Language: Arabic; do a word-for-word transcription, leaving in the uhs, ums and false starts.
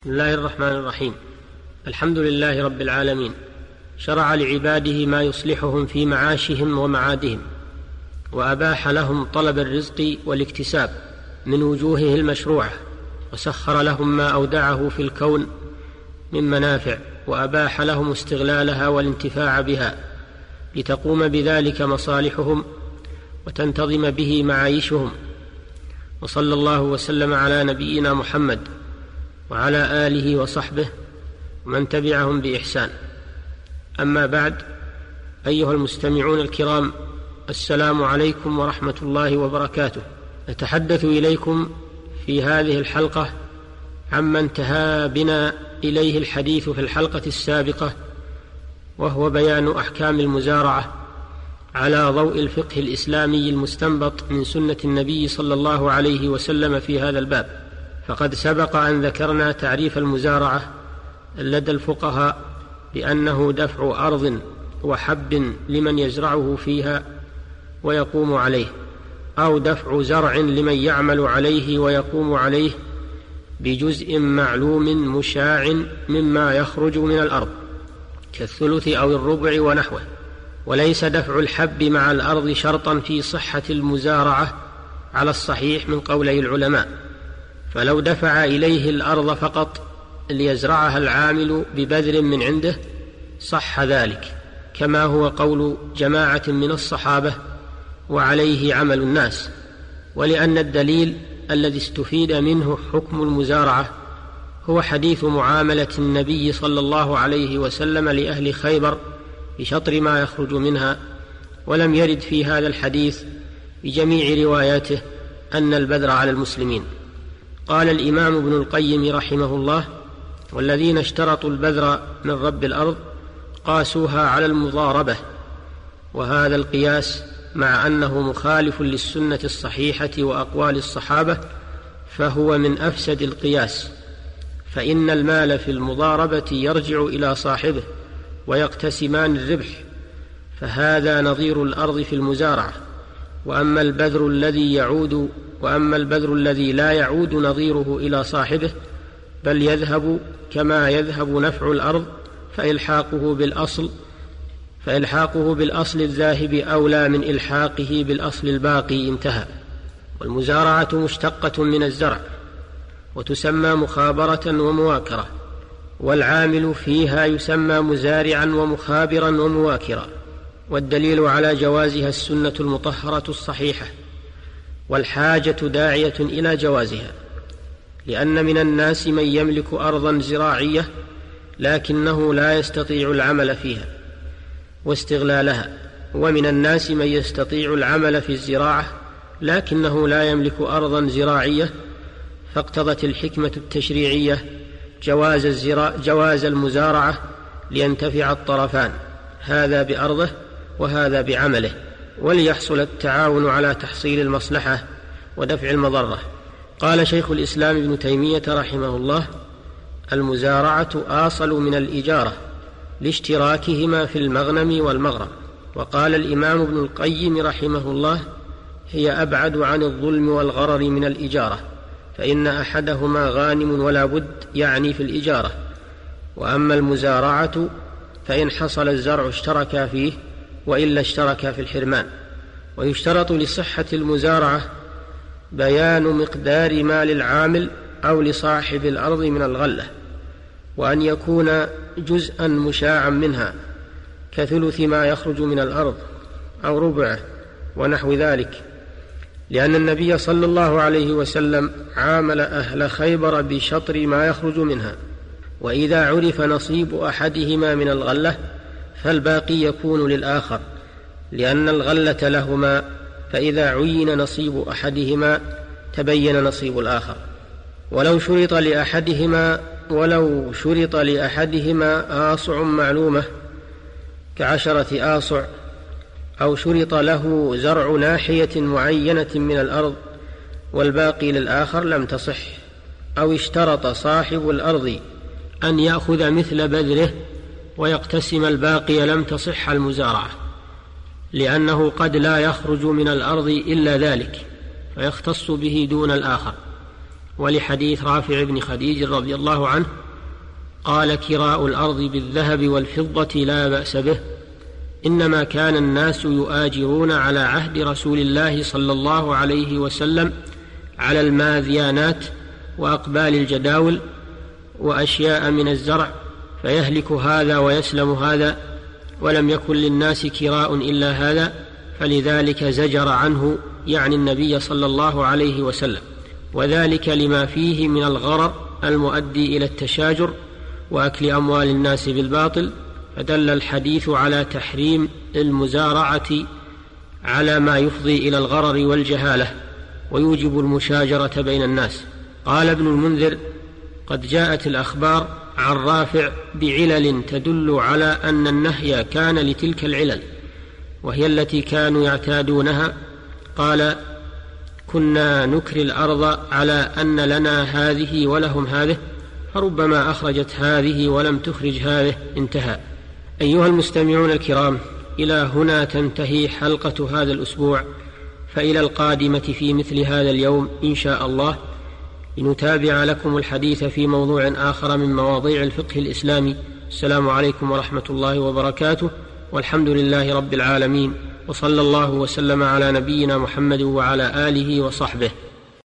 بسم الله الرحمن الرحيم. الحمد لله رب العالمين، شرع لعباده ما يصلحهم في معاشهم ومعادهم، وأباح لهم طلب الرزق والاكتساب من وجوهه المشروعة، وسخر لهم ما أودعه في الكون من منافع، وأباح لهم استغلالها والانتفاع بها لتقوم بذلك مصالحهم وتنتظم به معايشهم. وصلى الله وسلم على نبينا محمد وعلى آله وصحبه ومن تبعهم بإحسان. أما بعد، أيها المستمعون الكرام، السلام عليكم ورحمة الله وبركاته. نتحدث إليكم في هذه الحلقة عما انتهى بنا إليه الحديث في الحلقة السابقة، وهو بيان أحكام المزارعة على ضوء الفقه الإسلامي المستنبط من سنة النبي صلى الله عليه وسلم في هذا الباب. فقد سبق أن ذكرنا تعريف المزارعة لدى الفقهاء بأنه دفع أرض وحب لمن يزرعه فيها ويقوم عليه، أو دفع زرع لمن يعمل عليه ويقوم عليه بجزء معلوم مشاع مما يخرج من الأرض كالثلث أو الربع ونحوه. وليس دفع الحب مع الأرض شرطا في صحة المزارعة على الصحيح من قولي العلماء، فلو دفع إليه الأرض فقط ليزرعها العامل ببذر من عنده صح ذلك، كما هو قول جماعة من الصحابة وعليه عمل الناس. ولأن الدليل الذي استفيد منه حكم المزارعة هو حديث معاملة النبي صلى الله عليه وسلم لأهل خيبر بشطر ما يخرج منها، ولم يرد في هذا الحديث بجميع رواياته أن البذر على المسلمين. قال الإمام ابن القيم رحمه الله: والذين اشترطوا البذر من رب الأرض قاسوها على المضاربة، وهذا القياس مع أنه مخالف للسنة الصحيحة وأقوال الصحابة فهو من أفسد القياس، فإن المال في المضاربة يرجع إلى صاحبه ويقتسمان الربح، فهذا نظير الأرض في المزارعة. وأما البذر الذي يعود وأما البذر الذي لا يعود نظيره إلى صاحبه بل يذهب كما يذهب نفع الأرض فإلحاقه بالأصل فإلحاقه بالأصل الذاهب أولى من إلحاقه بالأصل الباقي. انتهى. والمزارعة مشتقة من الزرع، وتسمى مخابرة ومواكرة، والعامل فيها يسمى مزارعا ومخابرا ومواكرا. والدليل على جوازها السنة المطهرة الصحيحة، والحاجة داعية إلى جوازها، لأن من الناس من يملك أرضا زراعية لكنه لا يستطيع العمل فيها واستغلالها، ومن الناس من يستطيع العمل في الزراعة لكنه لا يملك أرضا زراعية، فاقتضت الحكمة التشريعية جواز, الزراع جواز المزارعة لينتفع الطرفان، هذا بأرضه وهذا بعمله، وليحصل التعاون على تحصيل المصلحة ودفع المضرة. قال شيخ الإسلام ابن تيمية رحمه الله: المزارعة آصل من الإجارة لاشتراكهما في المغنم والمغرم. وقال الإمام ابن القيم رحمه الله: هي أبعد عن الظلم والغرر من الإجارة، فإن أحدهما غانم ولا بد، يعني في الإجارة. وأما المزارعة فإن حصل الزرع اشتركا فيه، وإلا اشتركا في الحرمان. ويشترط لصحة المزارعة بيان مقدار مال العامل أو لصاحب الأرض من الغلة، وأن يكون جزءا مشاعا منها كثلث ما يخرج من الأرض أو ربعه ونحو ذلك، لأن النبي صلى الله عليه وسلم عامل أهل خيبر بشطر ما يخرج منها. وإذا عرف نصيب أحدهما من الغلة فالباقي يكون للآخر، لأن الغلة لهما، فإذا عين نصيب أحدهما تبين نصيب الآخر. ولو شرط لأحدهما ولو شرط لأحدهما آصع معلومة كعشرة آصع، أو شرط له زرع ناحية معينة من الأرض والباقي للآخر لم تصح. أو اشترط صاحب الأرض أن يأخذ مثل بذره ويقتسم الباقي لم تصح المزارعة، لأنه قد لا يخرج من الأرض إلا ذلك فيختص به دون الآخر. ولحديث رافع بن خديج رضي الله عنه قال: كراء الأرض بالذهب والفضة لا بأس به، إنما كان الناس يؤاجرون على عهد رسول الله صلى الله عليه وسلم على الماذيانات وأقبال الجداول وأشياء من الزرع، فيهلك هذا ويسلم هذا، ولم يكن للناس كراء إلا هذا، فلذلك زجر عنه، يعني النبي صلى الله عليه وسلم، وذلك لما فيه من الغرر المؤدي إلى التشاجر وأكل أموال الناس بالباطل. فدل الحديث على تحريم المزارعة على ما يفضي إلى الغرر والجهالة ويوجب المشاجرة بين الناس. قال ابن المنذر: قد جاءت الأخبار عن رافع بعلل تدل على أن النهي كان لتلك العلل، وهي التي كانوا يعتادونها. قال: كنا نكري الأرض على أن لنا هذه ولهم هذه، فربما أخرجت هذه ولم تخرج هذه. انتهى. أيها المستمعون الكرام، إلى هنا تنتهي حلقة هذا الأسبوع، فإلى القادمة في مثل هذا اليوم إن شاء الله لنتابع لكم الحديث في موضوع آخر من مواضيع الفقه الإسلامي. السلام عليكم ورحمة الله وبركاته، والحمد لله رب العالمين، وصلى الله وسلم على نبينا محمد وعلى آله وصحبه.